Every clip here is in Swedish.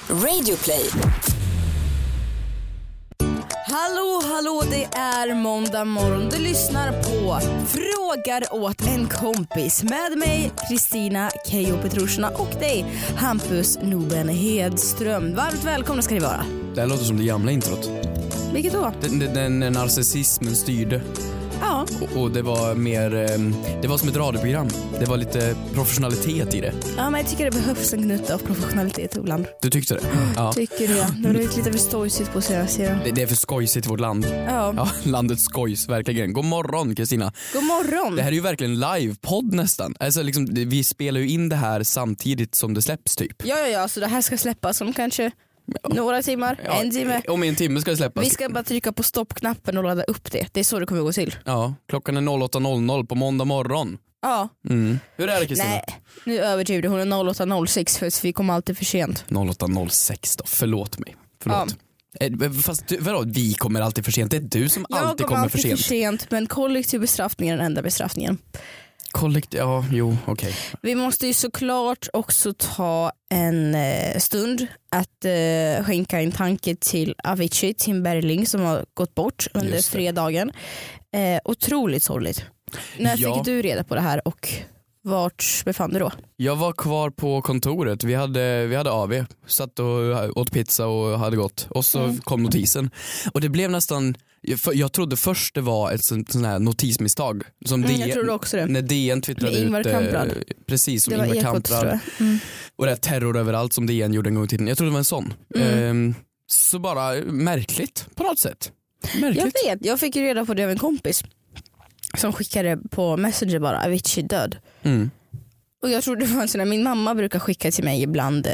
Radioplay. Hallå, det är måndag morgon. Du lyssnar på Frågar åt en kompis med mig, Kristina Keijo Petrushina, och dig, Hampus Noben Hedström. Varmt välkomna ska ni vara. Det här låter som det gamla introt. Vilket då? Den narcissismen styrde. Ja. Och det var mer, det var som ett radioprogram. Det var lite professionalitet i det. Ja, men jag tycker det behövs en gnutta av professionalitet ibland. Du tyckte det? Ja. Tycker det. Det har blivit lite för stojsigt på senaste. Det är för skojsigt i vårt land. Ja, landets skojs, verkligen. God morgon, Kristina. God morgon. Det här är ju verkligen livepodd nästan. Alltså liksom, vi spelar ju in det här samtidigt som det släpps typ. Ja, så det här ska släppas om kanske några timmar, en timme. Om en timme ska det släppas. Vi ska bara trycka på stoppknappen och ladda upp det. Det är så det kommer gå till. Ja, klockan är 08.00 på måndag morgon. Ja. Hur är det, Kristina? Nej, nu överdriver hon är 08.06 för vi kommer alltid för sent. 08.06 då, förlåt mig. Förlåt. Ja. Fast vadå, vi kommer alltid för sent. Det är du som alltid kommer för sent. Jag kommer alltid för sent, men kollektiv bestraffning är den enda bestraffningen. Okej. Vi måste ju såklart också ta en stund att skänka en tanke till Avicii, Tim Bergling, som har gått bort under fredagen. Otroligt sorgligt. När fick du reda på det här och vart befann du då? Jag var kvar på kontoret. Vi hade AV. Satt och åt pizza och hade gått. Och så kom notisen. Och det blev nästan... Jag trodde först det var ett sånt här notismisstag. Som jag trodde också det. När DN twittrade ut... Precis, som Ingvar Kamprad. Och det är terror överallt som DN gjorde en gång i tiden. Jag trodde det var en sån. Så bara märkligt på något sätt. Märkligt. Jag vet, jag fick ju reda på det av en kompis som skickade på Messenger bara, Avicii död. Och jag trodde det var en sån där, min mamma brukar skicka till mig ibland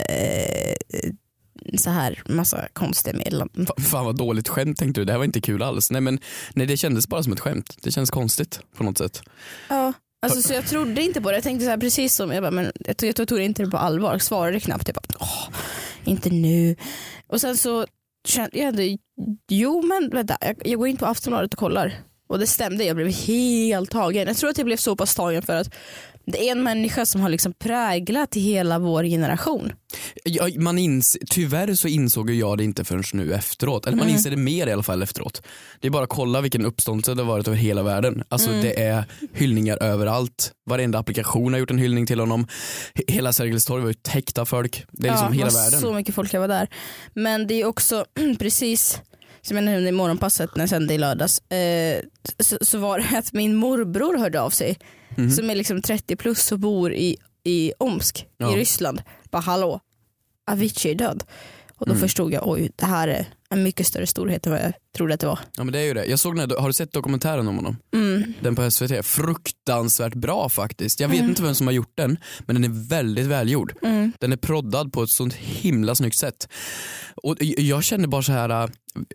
så här massa konstiga meddelanden. Fan vad dåligt skämt, tänkte du. Det här var inte kul alls. Nej, det kändes bara som ett skämt. Det känns konstigt på något sätt. Ja, alltså så jag trodde inte på det. Jag tänkte så här precis som jag bara, men jag tog inte det på allvar. Jag svarade knappt. Jag bara, inte nu. Och sen så kände jag ändå, men vänta, jag går in på Aftonbladet och kollar. Och det stämde, jag blev helt tagen. Jag tror att jag blev så pass tagen för att det är en människa som har liksom präglat hela vår generation. Ja, tyvärr så insåg jag det inte förrän nu efteråt. Eller man inser det mer i alla fall efteråt. Det är bara att kolla vilken uppståndelse det har varit över hela världen. Alltså det är hyllningar överallt. Varenda applikation har gjort en hyllning till honom. Hela Sergels torg var ju täckt av folk. Det är liksom hela världen. Så mycket folk var där. Men det är också precis... som jag nämnde i morgonpasset när jag sände i lördags, så var det att min morbror hörde av sig, som är liksom 30 plus och bor i Omsk i Ryssland. Bara hallå, Avicii är död. Och då förstod jag, oj, det här är en mycket större storhet än vad jag trodde att det var. Ja, men det är ju det. Jag såg har du sett dokumentären om honom? Den på SVT. Fruktansvärt bra faktiskt. Jag vet inte vem som har gjort den, men den är väldigt välgjord. Den är proddad på ett sånt himla snyggt sätt. Och jag känner bara så här...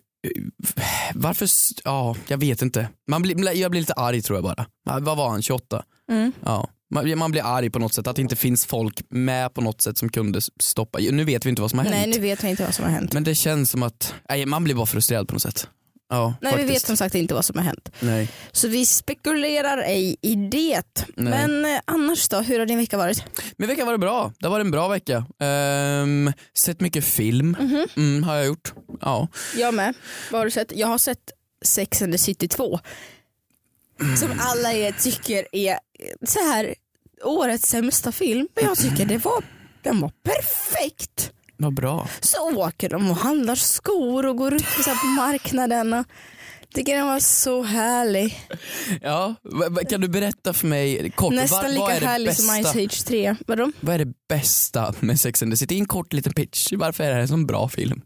varför? Ja, jag vet inte. Jag blir lite arg tror jag bara. Vad var han? 28? Ja. Man blir arg på något sätt att det inte finns folk med på något sätt som kunde stoppa. Nu vet vi inte vad som har hänt. Nej, nu vet vi inte vad som har hänt. Men det känns som att man blir bara frustrerad på något sätt. Ja, nej, faktiskt. Vi vet som sagt inte vad som har hänt. Nej. Så vi spekulerar ej i det. Nej. Men annars då, hur har din vecka varit? Min vecka var bra. Det var en bra vecka. Sett mycket film har jag gjort. Ja. Jag med. Vad har du sett? Jag har sett Sex and the City 2. Som alla tycker är så här årets sämsta film. Men jag tycker den var perfekt. Vad bra. Så åker de och handlar skor och går ut på marknaden och tycker den var så härlig. Ja, kan du berätta för mig kort, nästan lika härlig som Ice Age 3. Vadå? Vad är det bästa med Sex and the City? En kort liten pitch. Varför är det en sån bra film?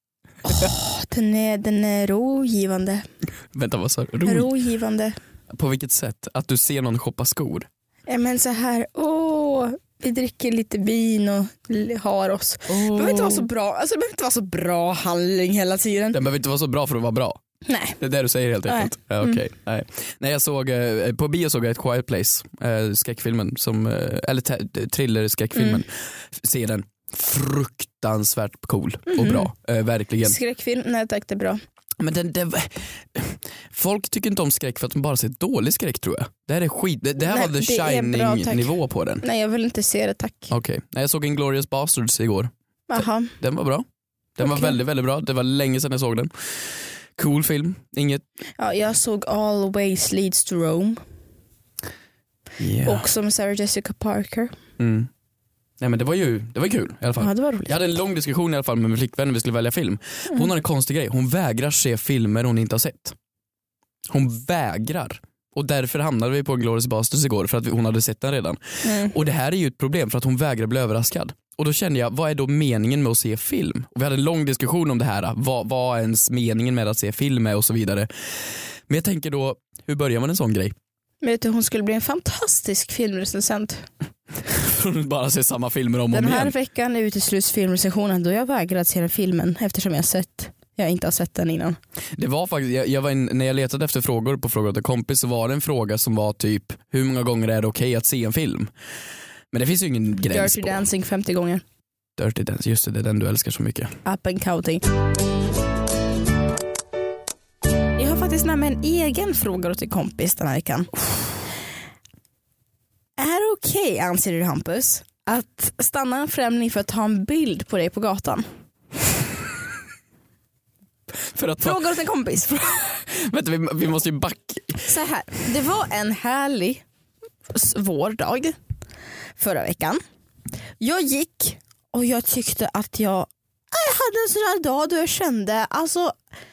Den är rogivande. Vänta, vad sa du? Rogivande. På vilket sätt? Att du ser någon shoppa skor? Ja, men så här, vi dricker lite vin och har oss. Det behöver inte vara så bra. Alltså, det behöver inte vara så bra handling hela tiden. Den behöver inte vara så bra för att vara bra. Nej. Det är det du säger helt enkelt. Ja, okay. Nej, jag såg på bio såg jag ett Quiet Place, skräckfilmen som eller thriller-skräckfilmen. Se den. Fruktansvärt cool och bra, verkligen. Skräckfilm, nej tack, det är bra. Men folk tycker inte om skräck för att de bara ser dålig skräck, tror jag. Det här är skit. Det här var The Shining-nivå på den. Nej, jag vill inte se det, tack. Okej. Nej, jag såg Inglourious Basterds igår. Aha. Den var bra. Den var väldigt, väldigt bra. Det var länge sedan jag såg den. Cool film. Inget... Ja, jag såg Always Leads to Rome. Och som Sarah Jessica Parker. Nej, men det var kul i alla fall. Ja, det var roligt. Jag hade en lång diskussion i alla fall med min flickvän när vi skulle välja film. Hon har en konstig grej. Hon vägrar se filmer hon inte har sett. Hon vägrar. Och därför hamnade vi på Glorious Bastards igår för att hon hade sett den redan. Och det här är ju ett problem för att hon vägrar bli överraskad. Och då kände jag, vad är då meningen med att se film? Och vi hade en lång diskussion om det här. Vad är ens meningen med att se film är och så vidare. Men jag tänker då, hur börjar man en sån grej? Men vet du, hon skulle bli en fantastisk filmrecensent. Från bara se samma filmer om och Den om här igen. veckan är utesluts filmrecensionen då jag vägrat se den filmen eftersom jag inte har sett den innan. Det var faktiskt, när jag letade efter frågor på Frågor åt en kompis så var det en fråga som var typ, hur många gånger är det okej att se en film? Men det finns ju ingen gräns Dirty på. Dancing 50 gånger. Dirty Dancing, just det är den du älskar så mycket. Up and counting. Jag har faktiskt med mig en egen fråga till kompis den här veckan. Är det okej, anser du Hampus, att stanna en främling för att ta en bild på dig på gatan? Fråga åt en kompis. Vänta, vi måste ju backa. Så här, det var en härlig vårdag förra veckan. Jag gick och jag tyckte att jag hade en sån här dag då jag kände alltså,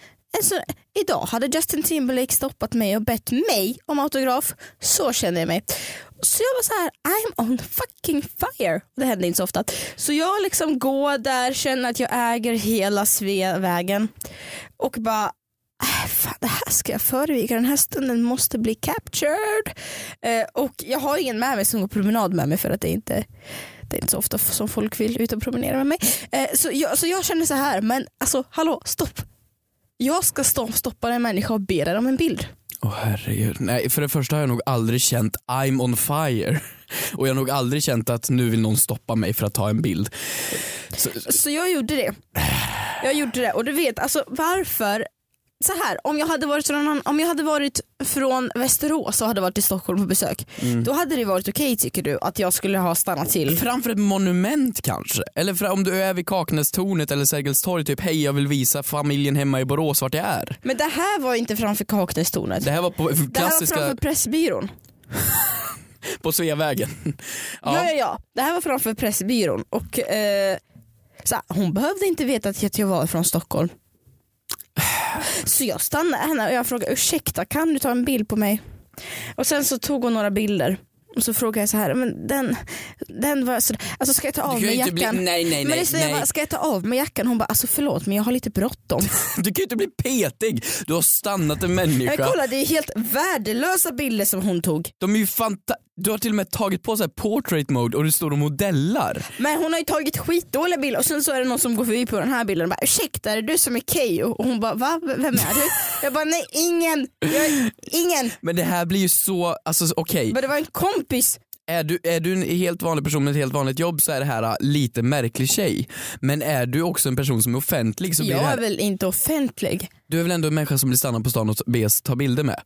idag hade Justin Timberlake stoppat mig och bett mig om autograf. Så kände jag mig. Så jag var så här, I'm on fucking fire. Det hände inte så ofta. Så jag liksom går där, känner att jag äger hela Sveavägen och bara fan, det här ska jag föreviga. Den här stunden måste bli captured. Och jag har ingen med mig som går promenad med mig för att det är inte så ofta som folk vill ut och promenera med mig. Så jag känner så här, men alltså hallå, stopp. Jag ska stoppa en människa och be dig om en bild. Herregud. Nej, för det första har jag nog aldrig känt I'm on fire. Och jag har nog aldrig känt att nu vill någon stoppa mig för att ta en bild. Så jag gjorde det. Och du vet, alltså varför så här, om jag hade varit från Västerås och hade varit i Stockholm på besök, då hade det varit okej, tycker du, att jag skulle ha stannat till framför ett monument kanske, eller om du är vid Kaknästornet eller Sergels torg, typ hej, jag vill visa familjen hemma i Borås vart jag är. Men det här var inte framför Kaknästornet. Det här var på klassiska... Det här var framför Pressbyrån. På Sveavägen. Ja. Det här var framför Pressbyrån. Och så hon behövde inte veta att jag var från Stockholm. Så jag stannade henne och jag frågade, ursäkta, kan du ta en bild på mig? Och sen så tog hon några bilder. Och så frågade jag så här, men den var så, alltså ska jag ta av mig jackan? Nej. Ska jag ta av mig jackan? Hon bara, alltså förlåt, men jag har lite bråttom. Du kan ju inte bli petig. Du har stannat en människa. Men kolla, det är helt värdelösa bilder som hon tog. De är ju du har till och med tagit på så här portrait mode och du står och modellar. Men hon har ju tagit skitdåliga bilder och sen så är det någon som går förbi på den här bilden och bara, ursäkta, är det du som är Keyyo? Och hon bara, va? Vem är du? Jag bara, nej, ingen. Men det här blir ju så, alltså okej. Men det var en kompis. Är du en helt vanlig person med ett helt vanligt jobb så är det här lite märklig tjej. Men är du också en person som är offentlig så blir jag det här... är väl inte offentlig. Du är väl ändå en människa som blir stannad på stan och bes ta bilder med?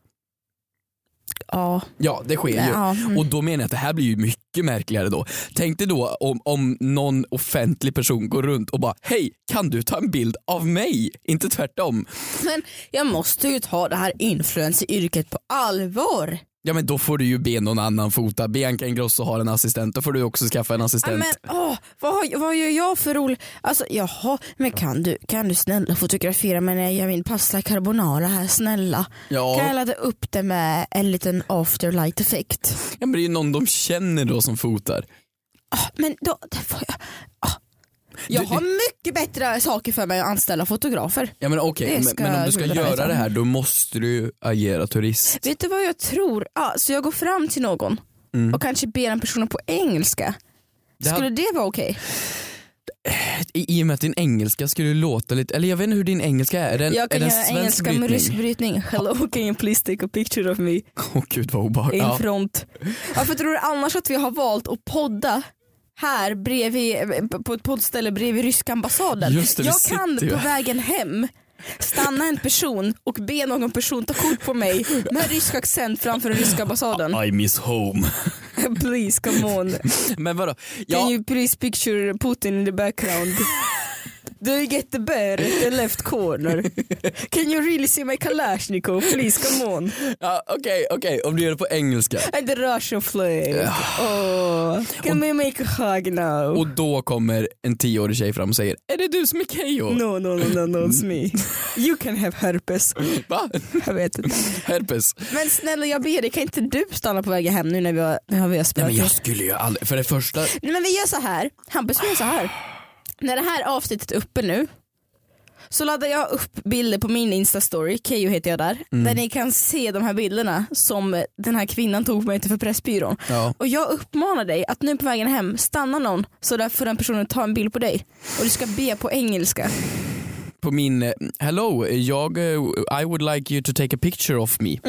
Ja, det sker ju. Ja. Och då menar jag att det här blir ju mycket märkligare då. Tänk dig då om någon offentlig person går runt och bara, hej, kan du ta en bild av mig? Inte tvärtom. Men jag måste ju ta det här influencer-yrket på allvar. Ja, men då får du ju be någon annan fota. Bianca Ingrosso har en assistent, då får du också skaffa en assistent. Ja, men vad gör jag för roligt? Alltså jaha, men kan du snälla fotografera mig när jag gör min pasta carbonara här, snälla? Ja. Kan jag ladda upp det med en liten afterlight effekt? Ja, men det är ju någon de känner då som fotar. Men då får jag... Jag har mycket bättre saker för mig att anställa fotografer. Ja, men okej, men om du ska göra det här då måste du agera turist. Vet du vad jag tror? Så jag går fram till någon och kanske ber en person på engelska. Skulle det vara okej? I och med att din engelska skulle låta lite, eller jag vet inte hur din engelska är. Jag kan göra engelska med rysk brytning. Hello, can you please take a picture of me? Gud vad obehagligt. In front. Varför tror du annars att vi har valt att podda här bredvid, på ett poddställe bredvid ryska ambassaden? Just det, jag kan på vägen hem stanna en person och be någon person ta kort på mig med rysk accent framför den ryska ambassaden. I miss home. Please, come on. Men vadå? Can you please picture Putin in the background? Do you get the bear at the left corner? Can you really see my Kalashnikov? Please, come on. Ja, okej, om du gör det på engelska. And the Russian flag. Can we make a hug now? Och då kommer en 10-årig tjej fram och säger, är det du som är Keyyo? No, it's me. You can have herpes. Va? Jag vet inte. Herpes. Men snälla, jag ber dig, kan inte du stanna på vägen hem nu när vi har spelat? Nej, men jag skulle ju aldrig, för det första... Nej, men vi gör så här. Hampus, vi gör så här. När det här avsnittet är uppe nu så laddar jag upp bilder på min Insta-story, Keyyo heter jag där, där ni kan se de här bilderna som den här kvinnan tog mig till för Pressbyrån. Ja. Och jag uppmanar dig att nu på vägen hem stanna någon så där får den personen ta en bild på dig och du ska be på engelska. På min, hello, I would like you to take a picture of me.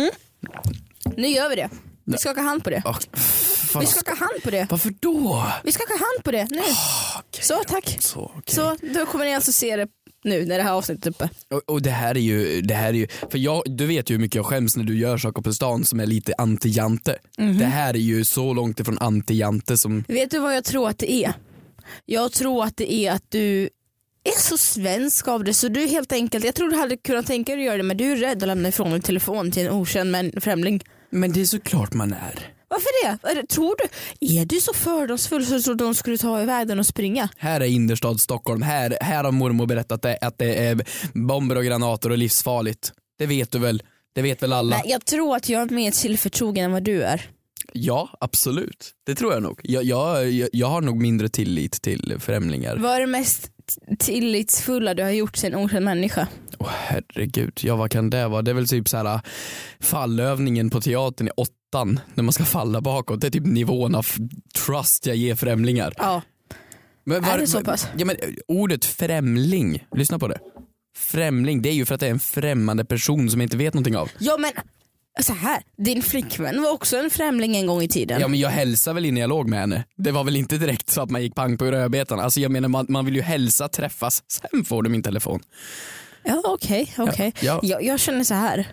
Nu gör vi det. Vi ska åka hand på det. Vi ska åka hand på det. Varför då? Vi ska åka hand på det nu. Okay. Så tack. Så då kommer ni alltså se det nu när det här avsnittet är uppe. Och det här är ju för du vet ju hur mycket jag skäms när du gör saker på stan som är lite anti-jante. Det här är ju så långt ifrån anti-jante som... Vet du vad jag tror att det är? Jag tror att det är att du är så svensk av det så du helt enkelt, jag tror du hade kunnat tänka dig att göra det men du är rädd att lämna ifrån din telefon till en okänd främling. Men det är såklart man är. Varför det? Tror du? Är du så fördomsfull så tror de skulle ta iväg den och springa? Här är innerstad Stockholm. Här har mormor berättat att det är bomber och granater och livsfarligt. Det vet du väl? Det vet väl alla? Nej, jag tror att jag är mer tillförtrogen än vad du är. Ja, absolut. Det tror jag nog. Jag har nog mindre tillit till främlingar. Vad är det mest tillitsfulla du har gjort till en okänd människa? Herregud, vad kan det vara? Det är väl typ så här fallövningen på teatern i 8:an när man ska falla bakåt. Det är typ nivån av trust jag ger främlingar. Ja. Men är det så pass? Ja, men ordet främling, lyssna på det. Främling, det är ju för att det är en främmande person som jag inte vet någonting av. Ja, men så här, din flickvän var också en främling en gång i tiden. Ja, men jag hälsade väl innan jag låg med henne. Det var väl inte direkt så att man gick pang på rödbetan. Alltså jag menar, man vill ju hälsa, träffas, sen får du min telefon. Ja, okej. Ja. Jag känner så här.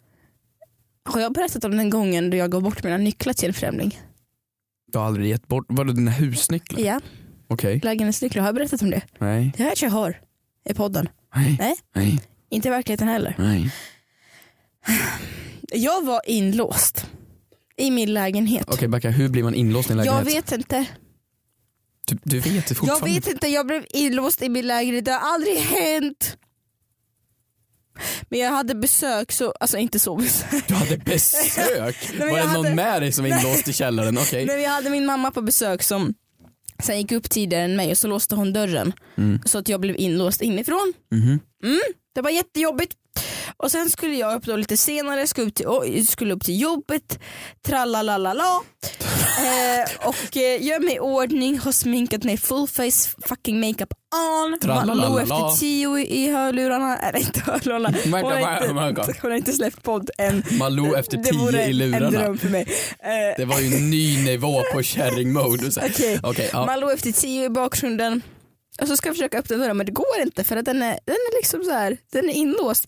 Har jag berättat om den gången då jag gav bort mina nycklar till en främling? Du har aldrig gett bort, var det dina husnycklar? Ja. Okej. Lägenhetsnycklar, har jag berättat om det? Nej. Det här jag har i podden. Nej. Inte i verkligheten heller. Nej. Jag var inlåst i min lägenhet. Okej, Backa, hur blir man inlåst i en lägenhet? Jag vet inte. Du vet det fortfarande? Jag vet inte, jag blev inlåst i min lägenhet. Det har aldrig hänt. Men jag hade besök, så, alltså inte så besök. Du hade besök? Nej, var det någon med dig som var inlåst i källaren? Okay. Nej, jag hade min mamma på besök som sen gick upp tidigare än mig och så låste hon dörren. Så att jag blev inlåst inifrån. Det var jättejobbigt. Och sen skulle jag upp då lite senare, skulle upp till jobbet, trallalalala. Och gör mig i ordning, har sminkat mig full face, fucking makeup on. Malou efter 10 i hörlurarna, eller inte hörlurarna. Hon har inte släppt podd än. Malou efter 10 i lurarna. En dröm för mig. Det var ju en ny nivå på kärring-mode. Okej. Malou efter 10 i bakgrunden. Och så ska jag försöka öppna dörren men det går inte för att den är liksom så här, den är inlåst.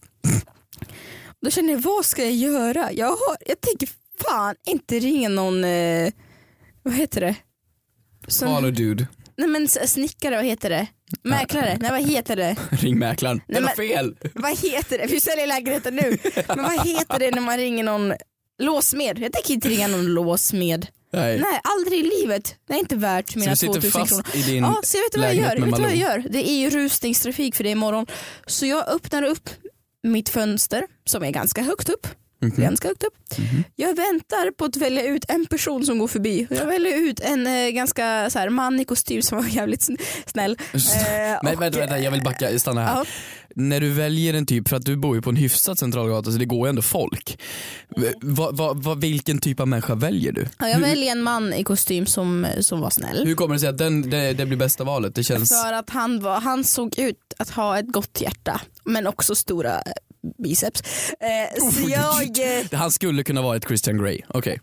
Då känner jag, vad ska jag göra? Jag tänker fan inte ringa någon vad heter det? Hallå dude. Nej men snickare, vad heter det? Mäklare, nej vad heter det? Ring mäklaren, det var fel. Vad heter det? Vi säljer lägenheten nu. Men vad heter det när man ringer någon låsmed? Jag tänker inte ringa någon låsmed. Nej, aldrig i livet. Det är inte värt mina 2000 kronor. I din så vet du vad jag gör? Det är ju rusningstrafik för det är imorgon. Så jag öppnar upp mitt fönster som är ganska högt upp. Jag väntar på att välja ut en person som går förbi. Jag väljer ut en ganska så här, man i kostym som var jävligt snäll. Men vänta, jag vill stanna här. När du väljer en typ, för att du bor ju på en hyfsat centralgata så det går ju ändå folk. Vilken typ av människa väljer du? Jag väljer en man i kostym som var snäll. Hur kommer det sig att det blir bästa valet? Det känns... För att han såg ut att ha ett gott hjärta men också stora biceps. Han skulle kunna vara ett Christian Grey. Okej.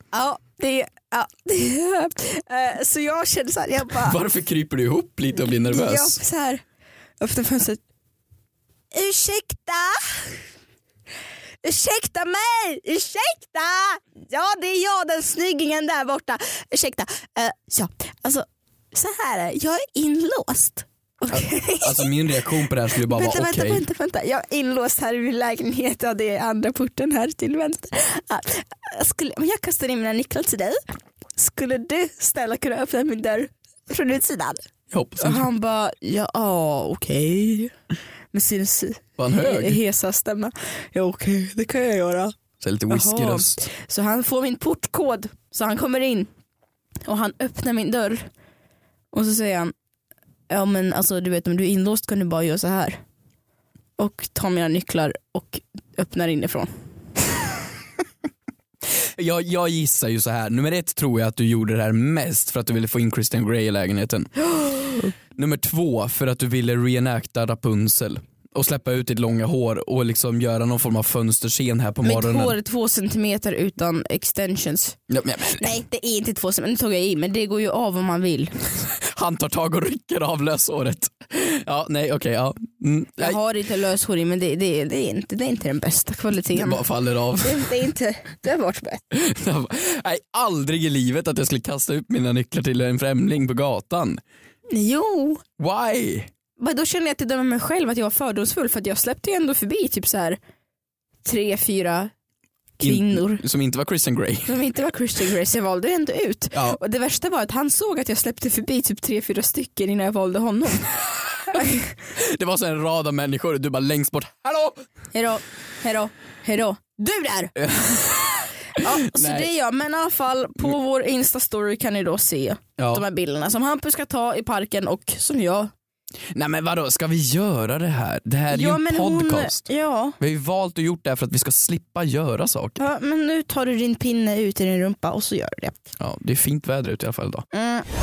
Så jag kände så här, jag bara, varför kryper du ihop lite och blir nervös? Jag så här öppnar fönstret. Ursäkta? ursäkta mig, ursäkta. Ja, det är jag, den snyggingen där borta. Ursäkta. Ja, alltså så här, jag är inlåst. Okay. Alltså min reaktion på det här skulle bara vara okej. Vänta. Jag är inlåst här i min lägenhet. Ja, det är andra porten här till vänster. Jag kastar in mina nycklar till dig. Skulle du snälla kunna öppna min dörr från utsidan? Jag hoppas inte. Och han bara, ja okej. Med sin hesa stämma. Ja okej, det kan jag göra. Så lite whiskyröst. Så han får min portkod. Så han kommer in. Och han öppnar min dörr. Och så säger han, ja men alltså du vet, om du är inlåst kan du bara göra så här. Och ta mina nycklar och öppnar inifrån. Jag gissar ju så här. Nummer 1 tror jag att du gjorde det här mest för att du ville få in Christian Grey i lägenheten. Nummer 2 för att du ville reenacta Rapunzel och släppa ut ditt långa hår och liksom göra någon form av fönsterscen här på morgonen. Mitt hår är 2 centimeter utan extensions. Ja, nej, det är inte 2 centimeter. Nu tog jag i, men det går ju av om man vill. Han tar tag och rycker av löshåret. Ja, nej, okej, ja. Jag har inte löshår i, men det är inte den bästa kvaliteten. Det bara faller av. Det är inte, det har varit bättre. Nej, aldrig i livet att jag skulle kasta upp mina nycklar till en främling på gatan. Jo. Why? Men då känner jag att jag dömer mig själv att jag var fördomsfull, för att jag släppte ju ändå förbi typ så här 3-4 kvinnor. Som inte var Christian Grey. Som inte var Christian Grey, så jag valde ändå ut. Ja. Och det värsta var att han såg att jag släppte förbi typ 3-4 stycken innan jag valde honom. Det var så en rad av människor och du bara längst bort. Hallå! Hejdå. Du där! Ja, så det är jag, men i alla fall på vår Insta-story kan ni då se de här bilderna som Hampus ska ta i parken och som jag. Nej men vadå, ska vi göra det här? Det här är ju en podcast. Vi har ju valt och gjort det här för att vi ska slippa göra saker. Ja, men nu tar du din pinne ut i din rumpa och så gör du det. Ja, det är fint väder ute i alla fall då.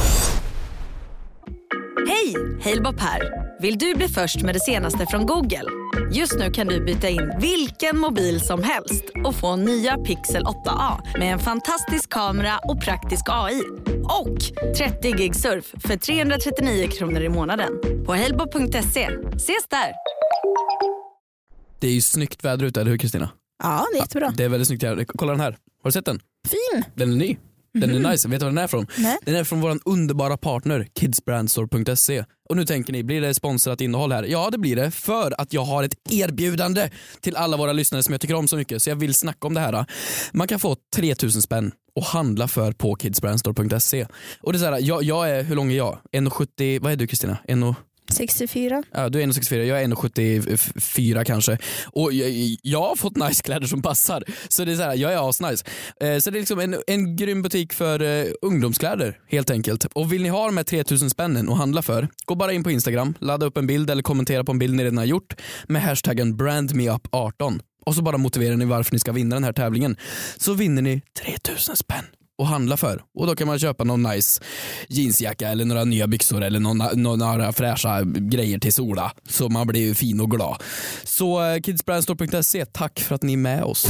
Hej, Halebop här. Vill du bli först med det senaste från Google? Just nu kan du byta in vilken mobil som helst och få nya Pixel 8a med en fantastisk kamera och praktisk AI. Och 30 gig surf för 339 kronor i månaden på halebop.se. Ses där! Det är ju snyggt väder ute, eller hur Kristina? Ja, det är jättebra. Det är väldigt snyggt här. Kolla den här. Har du sett den? Fin. Den är ny. Den är nice. Vet du vad den är från? Nej. Den är från vår underbara partner kidsbrandstore.se. Och nu tänker ni, blir det sponsrat innehåll här? Ja, det blir det, för att jag har ett erbjudande till alla våra lyssnare som jag tycker om så mycket, så jag vill snacka om det här. Man kan få 3000 spänn och handla för på kidsbrandstore.se. Och det är så här, jag är, hur lång är jag? 1,70, vad är du Kristina? 64. Ja, du är 1,64, jag är 1,74 kanske. Och jag har fått nice kläder som passar. Så det är så här, jag är asnice. Så det är liksom en grym butik för ungdomskläder helt enkelt. Och vill ni ha de här 3000 spännen och handla för, gå bara in på Instagram, ladda upp en bild eller kommentera på en bild ni redan har gjort med hashtaggen brandmeup18. Och så bara motiverar ni varför ni ska vinna den här tävlingen. Så vinner ni 3000 spänn och handla för. Och då kan man köpa någon nice jeansjacka eller några nya byxor eller några fräscha grejer till sola. Så man blir fin och glad. Så kidsbrandstore.se, tack för att ni är med oss.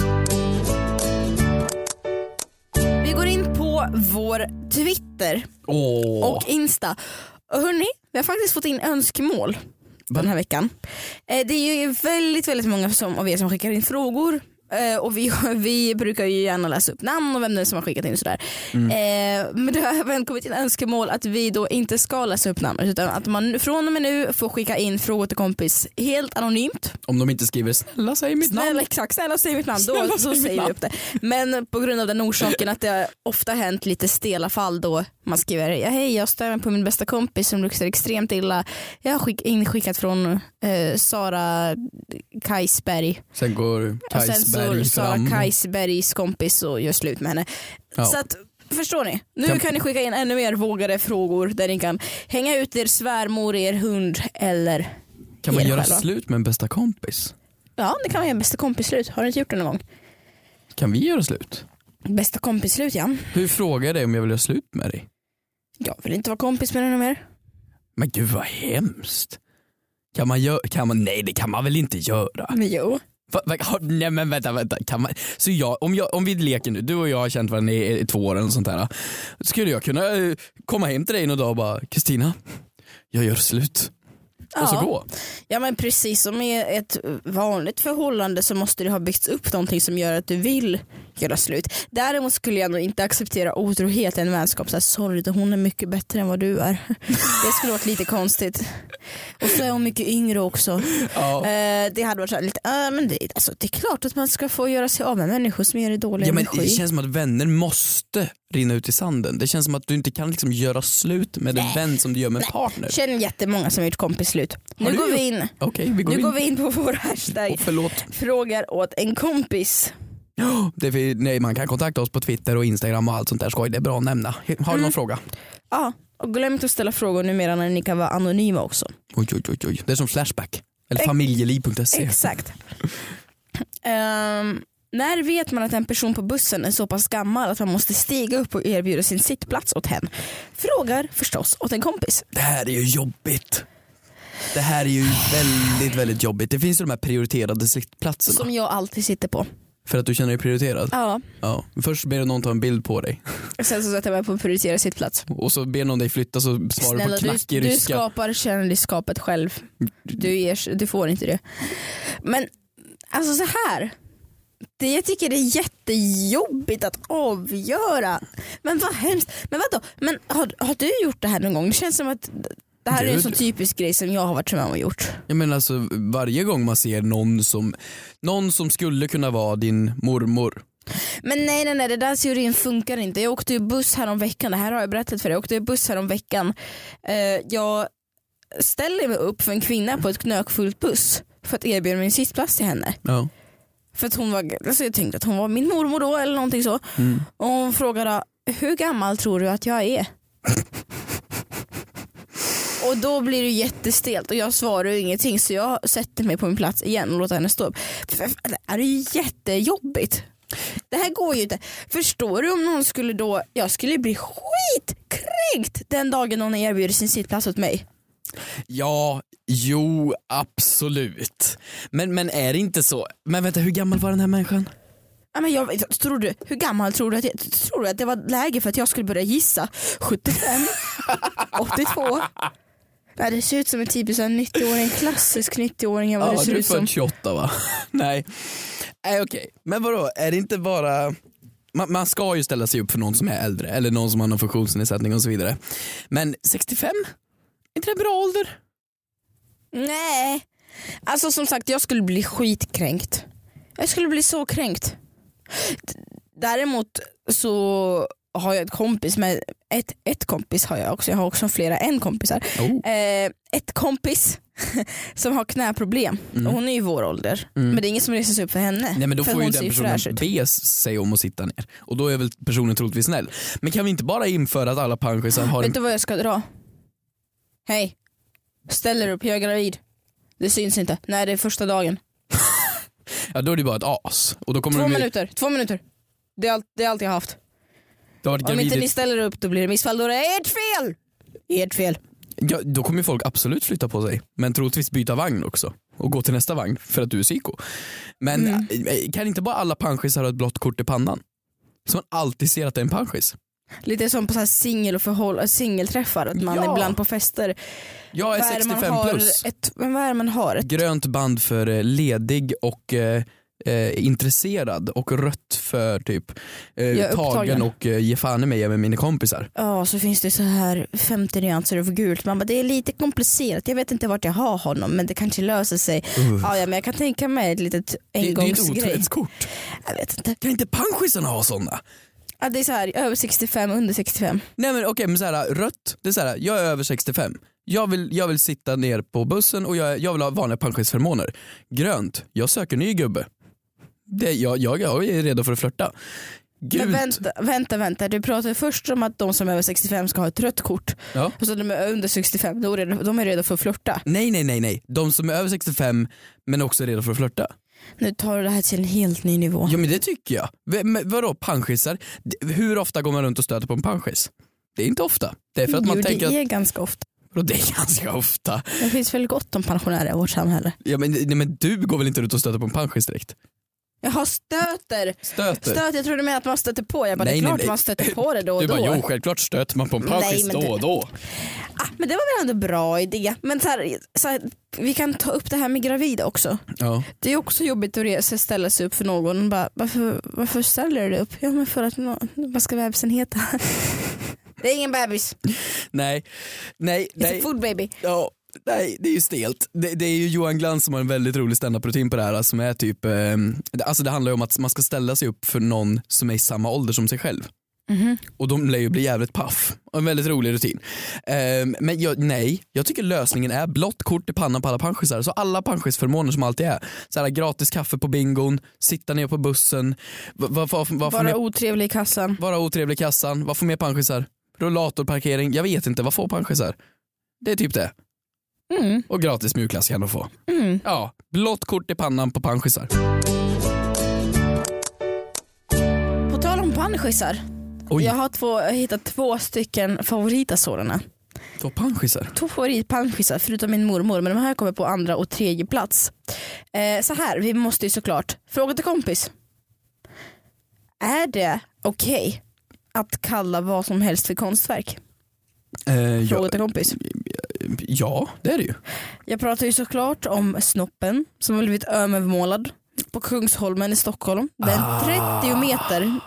Vi går in på vår Twitter och Insta. Och hörni, vi har faktiskt fått in önskemål den här veckan. Det är ju väldigt, väldigt många av er som skickar in frågor. Och vi brukar ju gärna läsa upp namn och vem det är som har skickat in och sådär. Men det har även kommit in önskemål att vi då inte ska läsa upp namn, utan att man från och med nu får skicka in frågor till kompis helt anonymt. Om de inte skriver snälla säg mitt namn. Exakt, snälla säg mitt namn. Då säger vi upp det. Men på grund av den orsaken att det ofta hänt lite stela fall då man skriver hej, jag stör mig på min bästa kompis som luktar extremt illa. Jag har inskickat från Sara Kajsberg. Sen går Kajsberg Sara Kajsbergs kompis och gör slut med henne. Ja. Så att, förstår ni? Nu kan ni skicka in ännu mer vågade frågor där ni kan hänga ut er svärmor, er hund eller kan man göra slut med en bästa kompis? Ja, det kan man göra en bästa kompis slut. Har du inte gjort det någon gång? Kan vi göra slut? Bästa kompis slut, ja. Hur frågar jag dig om jag vill göra slut med dig? Jag vill inte vara kompis med dig någon mer. Men gud vad hemskt. Kan man nej, det kan man väl inte göra? Men jo. Nej men vänta, kan man, så om vi leker nu, du och jag har känt varandra i 2 år eller sånt här. Skulle jag kunna komma hem till dig någon dag och bara, Kristina, jag gör slut. och så gå. Ja men precis som i ett vanligt förhållande så måste det ha byggts upp någonting som gör att du vill göra slut. Däremot skulle jag nog inte acceptera otrohet i en vänskap. Så här, sorry, hon är mycket bättre än vad du är. Det skulle varit lite konstigt. Och så är hon mycket yngre också. Ja. Det hade varit så här lite, men det är klart att man ska få göra sig av med människor som ger det dålig energi. Det känns som att vänner måste rinna ut i sanden. Det känns som att du inte kan liksom göra slut med en vän som du gör med en partner. Jag känner jättemånga som har gjort kompisslut. Nu går vi in. Okay, går vi in på vår hashtag. Frågar åt en kompis. Nej, man kan kontakta oss på Twitter och Instagram och allt sånt där skoj. Det är bra att nämna. Har du någon fråga? Ja, och glöm inte att ställa frågor numera när ni kan vara anonyma också. Oj. Det är som Flashback. Eller familjeliv.se. Exakt. När vet man att en person på bussen är så pass gammal att man måste stiga upp och erbjuda sin sittplats åt hen? Frågar förstås åt en kompis. Det här är ju jobbigt. Det här är ju väldigt, väldigt jobbigt. Det finns ju de här prioriterade sittplatserna. Som jag alltid sitter på. För att du känner dig prioriterad? Ja. Först ber någon ta en bild på dig. Sen så sätter jag mig på prioritera sittplats. Och så ber någon dig flytta så svarar du på knackig ryska. Du skapar kändisskapet själv. Du får inte det. Men alltså så här. Jag tycker det är jättejobbigt att avgöra. Men vad hemskt. Men vadå? Men har du gjort det här någon gång? Det känns som att det här är en sån typisk grej som jag har varit med och gjort. Jag menar alltså varje gång man ser någon som skulle kunna vara din mormor. Men nej, det där teorin funkar inte. Jag åkte ju buss här om veckan. Det här har jag berättat för dig. Jag åkte buss här om veckan. Jag ställer mig upp för en kvinna på ett knökfullt buss för att erbjuda min sittplats till henne. Ja. För att hon var, alltså jag tänkte att hon var min mormor då eller någonting så. Och hon frågade, hur gammal tror du att jag är? Och då blir det jättestelt och jag svarar ju ingenting så jag sätter mig på min plats igen och låter henne stå upp. Det är ju jättejobbigt. Det här går ju inte. Förstår du om någon skulle då, jag skulle bli skitkränkt den dagen någon erbjuder sin sittplats åt mig. Ja, jo, absolut. Men är det inte så? Men vänta, hur gammal var den här människan? Ja, men hur gammal tror du att det var läge för att jag skulle börja gissa? 75? 82? Nej, det ser ut som en typisk 90-åring, klassisk 90-åring. Ja, det ser ut som 28 va? Nej, okej. Men vadå, är det inte bara... Man ska ju ställa sig upp för någon som är äldre eller någon som har någon funktionsnedsättning och så vidare. Men 65? Är inte det en bra ålder? Nej. Alltså som sagt, jag skulle bli skitkränkt. Jag skulle bli så kränkt. Däremot så har jag ett kompis med ett kompis har jag också. Jag har också flera kompisar. Ett kompis som har knäproblem. Och hon är ju vår ålder. Men det är ingen som reser sig upp för henne. Nej, men då får ju den personen be sig om att sitta ner. Och då är väl personen troligtvis snäll. Men kan vi inte bara införa att alla pensionärer har... Vet du vad jag ska dra? Hej. Ställer upp, jag är gravid. Det syns inte. Nej, det är första dagen. Ja, då är det bara ett as. Och då kommer 2 minuter. Det är allt jag har haft. Om inte ni ställer upp då blir det missfall. Då är det ert fel. Ja, då kommer folk absolut flytta på sig. Men troligtvis byta vagn också. Och gå till nästa vagn för att du är psyko. Men kan inte bara alla pensionärer ha ett blått kort i pannan? Så man alltid ser att det är en pensionär. Lite som på så här singelträffar. Att man ibland på fester. Jag är 65 plus. Men vad är det man har? Ett grönt band för ledig och intresserad. Och rött för typ tagen och ge fan i mig med mina kompisar. Ja, så finns det så här 50 nyanser av gult. Man bara, det är lite komplicerat. Jag vet inte vart jag har honom, men det kanske löser sig. Ja, men jag kan tänka mig ett litet engångsgrej. Det är ett otrohetskort. Jag vet inte. Kan inte pensionärsarna ha sådana? Ja, det är så här, över 65, under 65. Nej men okej, men så här, rött, det är så här, jag är över 65. Jag vill sitta ner på bussen och jag vill ha vanliga pensionsförmåner. Grönt, jag söker ny gubbe. Jag är redo för att flirta. Gult. Men vänta. Du pratar först om att de som är över 65 ska ha ett rött kort. Ja. Och så de är under 65, de är redo för att flirta. Nej. De som är över 65 men också är redo för att flirta. Nu tar du det här till en helt ny nivå. Ja, men det tycker jag. Vadå, pensionärer? Hur ofta går man runt och stöter på en pensionär? Det är inte ofta. Det är för att man tänker det är ganska ofta. Och det är ganska ofta. Det finns väl gott om pensionärer i vårt samhälle. Ja, men du går väl inte ut och stöter på en pensionär direkt? Jag har stöter. Stöter? Jag trodde med att man stöter på. Jag bara, det är klart man stöter på det då och då. Du bara, jo självklart stöter man på en panschis då och då. Men det var väl ändå bra idé. Men så här, vi kan ta upp det här med gravida också. Ja. Det är också jobbigt att ställa sig upp för någon. Bara, varför ställer du dig upp? Ja, men för att, vad ska bebisen heta? Det är ingen bebis. Nej. It's a food baby. Ja. Nej, det är ju stelt. Det är ju Johan Glans som har en väldigt rolig stand-up-rutin på det här som är typ, alltså det handlar ju om att man ska ställa sig upp för någon som är i samma ålder som sig själv. Och de lär ju bli jävligt paff. En väldigt rolig rutin. Men jag tycker lösningen är blått kort i pannan på alla panschisar. Så alla panschisförmåner som alltid är. Så här, gratis kaffe på bingon, sitta ner på bussen. Vara otrevlig i kassan. Vara otrevlig i kassan. Vad får mer panschisar? Rollatorparkering, jag vet inte. Vad får panschisar? Det är typ det. Och gratis mjukglass kan de få. Ja, blått kort i pannan på panschisar. På tal om panschisar. Jag har hittat 2 stycken favorita sådana. 2 panschisar? 2 favoritpanschisar förutom min mormor. Men de här kommer på 2:a och 3:e plats. Så här, vi måste ju såklart fråga till kompis. Är det okej att kalla vad som helst för konstverk? Fråga till kompis. Ja, det är det ju. Jag pratar ju såklart om snoppen som har blivit övermålad på Kungsholmen i Stockholm. Den 30 meter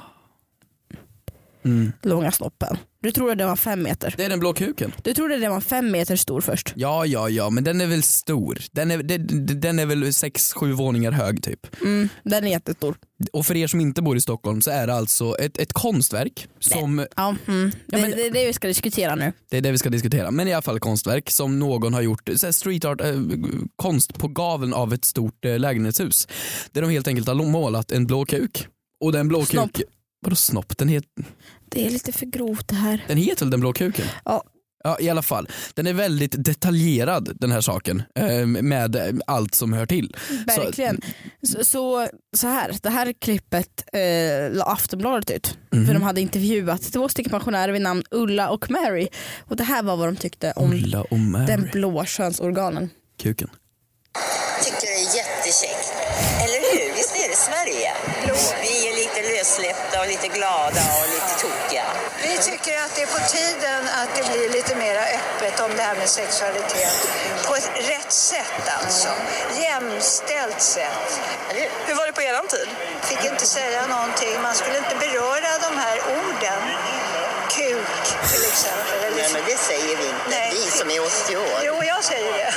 långa snoppen. Du trodde det var 5 meter. Det är den blå kuken. Du trodde det var 5 meter stor först. Ja, men den är väl stor. Den är väl 6-7 våningar hög typ. Den är jättestor. Och för er som inte bor i Stockholm så är det alltså ett konstverk som... Det är det vi ska diskutera nu. Det är det vi ska diskutera. Men i alla fall konstverk som någon har gjort, street art, konst på gaveln av ett stort lägenhetshus. Där de helt enkelt har målat en blå kuk. Och den blå kuk... Vadå snopp? Det är lite för grovt det här. Den heter väl den blå kuken? Ja. Ja, i alla fall. Den är väldigt detaljerad den här saken med allt som hör till. Verkligen. Så här, det här klippet la Aftonbladet ut. För de hade intervjuat 2 stycken pensionärer vid namn Ulla och Mary. Och det här var vad de tyckte om den blå könsorganen. Kuken. Tycker det är jättekäckt. Eller hur? Visst är det Sverige? Vi är lite lössläppta och lite glada och lite tokiga. Vi tycker att det är på tiden att det blir lite mer öppet om det här med sexualitet. På ett rätt sätt alltså. Jämställt sätt. Hur var det på eran tid? Fick inte säga någonting. Man skulle inte beröra de här orden. Kuk till exempel. Nej, men det säger vi inte. Nej. Vi som är 80 år. Jo, jag säger det.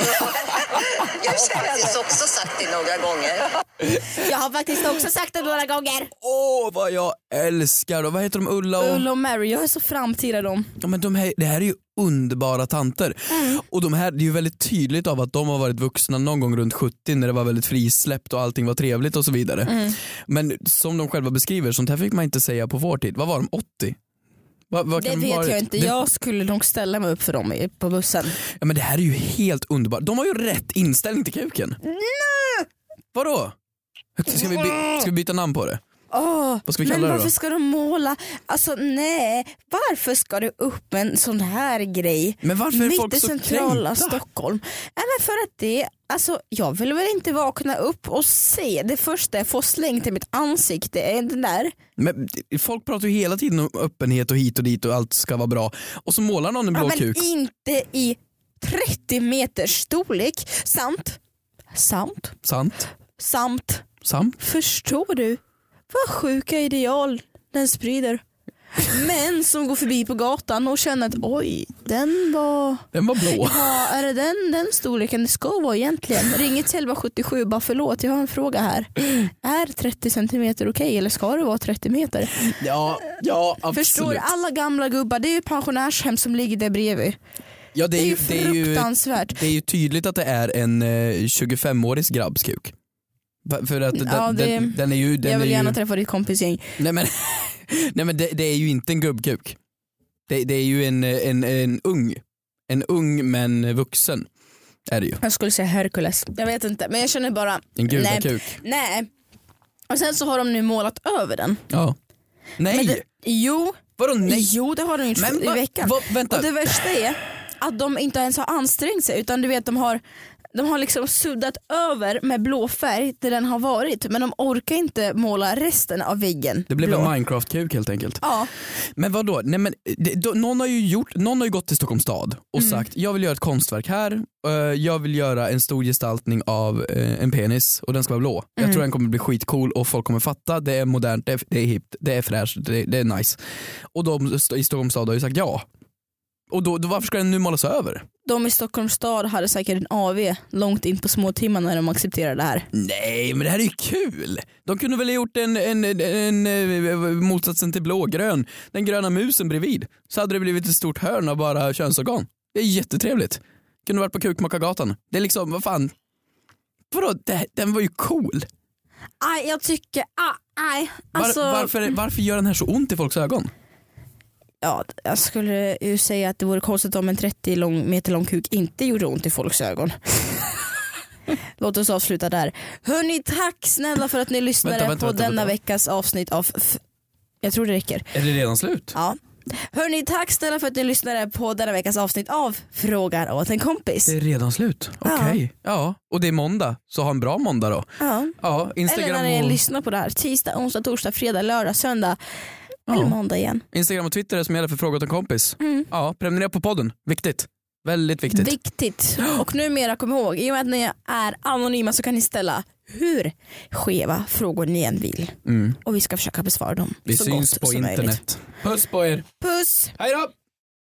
Jag har faktiskt också sagt det några gånger. Jag har faktiskt också sagt det några gånger. Vad jag älskar dem. Vad heter de? Ulla och Mary. Jag är så framtida dem. Ja, men det här är ju underbara tanter. Och de här, det är ju väldigt tydligt av att de har varit vuxna någon gång runt 70 när det var väldigt frisläppt och allting var trevligt och så vidare. Men som de själva beskriver, sånt här fick man inte säga på vår tid. Vad var de? 80? Det vet jag inte. Jag skulle nog ställa mig upp för dem på bussen. Ja, men det här är ju helt underbart. De har ju rätt inställning till kuken. Nej! Vadå? Ska vi byta namn på det? Vad ska vi kalla men det varför ska de måla? Alltså nej, varför ska du upp en sån här grej men varför är mitt folk i så centrala kränkta? Stockholm? Nej, men för att det, alltså jag vill väl inte vakna upp och se det första jag får slängt i mitt ansikte är den där. Men folk pratar ju hela tiden om öppenhet och hit och dit och allt ska vara bra. Och så målar någon en blå kuk. Men inte i 30 meters storlek. Samt. Förstår du vad sjuka ideal den sprider? Män som går förbi på gatan och känner att oj, den var blå. Ja, är det den storleken det ska vara egentligen? Ring till 1177 bara förlåt, jag har en fråga här. Är 30 centimeter okej eller ska det vara 30 meter? Ja, absolut. Förstår du, alla gamla gubbar, det är ju pensionärshem som ligger där bredvid. Ja, det är ju fruktansvärt. Det är ju tydligt att det är en 25-årig grabbskuk. För att den är ju... Jag vill gärna träffa ditt kompisgäng. Nej men det är ju inte en gubbkuk. Det är ju en ung men vuxen är det ju. Jag skulle säga Hercules. Jag vet inte, men jag känner bara en gudakuk. Nej. Och sen så har de nu målat över den. Ja. Nej. Vadå nej? Jo, det har de gjort i veckan. Vänta. Och det värsta är att de inte ens har ansträngt sig, utan du vet de har de har liksom suddat över med blå färg där den har varit, men de orkar inte måla resten av väggen Det blev blå. en Minecraft-kuk helt enkelt. Ja. Men vadå? Nej, men någon har ju gått till Stockholms stad och sagt jag vill göra ett konstverk här, jag vill göra en stor gestaltning av en penis och den ska vara blå. Jag tror den kommer bli skitcool och folk kommer fatta, det är modernt, det är hippt, det är fräscht, det är nice. Och de i Stockholms stad har ju sagt ja. Och då varför ska den nu målas över? De i Stockholms stad hade säkert en AV långt in på små timmar när de accepterade det här. Nej, men det här är ju kul. De kunde väl ha gjort en motsatsen till blågrön. Den gröna musen bredvid. Så hade det blivit ett stort hörn av bara könsorgan. Det är jättetrevligt. Kunde varit på Kukmakargatan. Det är liksom, vad fan. Vadå, den var ju cool. Aj, jag tycker, alltså... Varför gör den här så ont i folks ögon? Ja, jag skulle ju säga att det vore konstigt om en 30 meter lång kuk inte gjorde ont i folks ögon. Låt oss avsluta där. Hörni, tack snälla för att ni lyssnade på denna veckas avsnitt av... Jag tror det räcker. Är det redan slut? Ja. Hörni, tack snälla för att ni lyssnade på denna veckas avsnitt av Frågar åt en kompis. Det är redan slut, okej. Ja, och det är måndag, så ha en bra måndag då. Ja, Instagram. Eller när ni lyssnar på det här. Tisdag, onsdag, torsdag, fredag, lördag, söndag. Eller måndag igen. Instagram och Twitter är som gäller för Fråga åt en kompis. Ja, prenumerera på podden. Viktigt. Väldigt viktigt. Viktigt. Och numera, kom ihåg, i och med att ni är anonyma så kan ni ställa hur skeva frågor ni än vill. Och vi ska försöka besvara dem vi så syns gott på som internet. Möjligt. Puss på er. Puss. Hej då.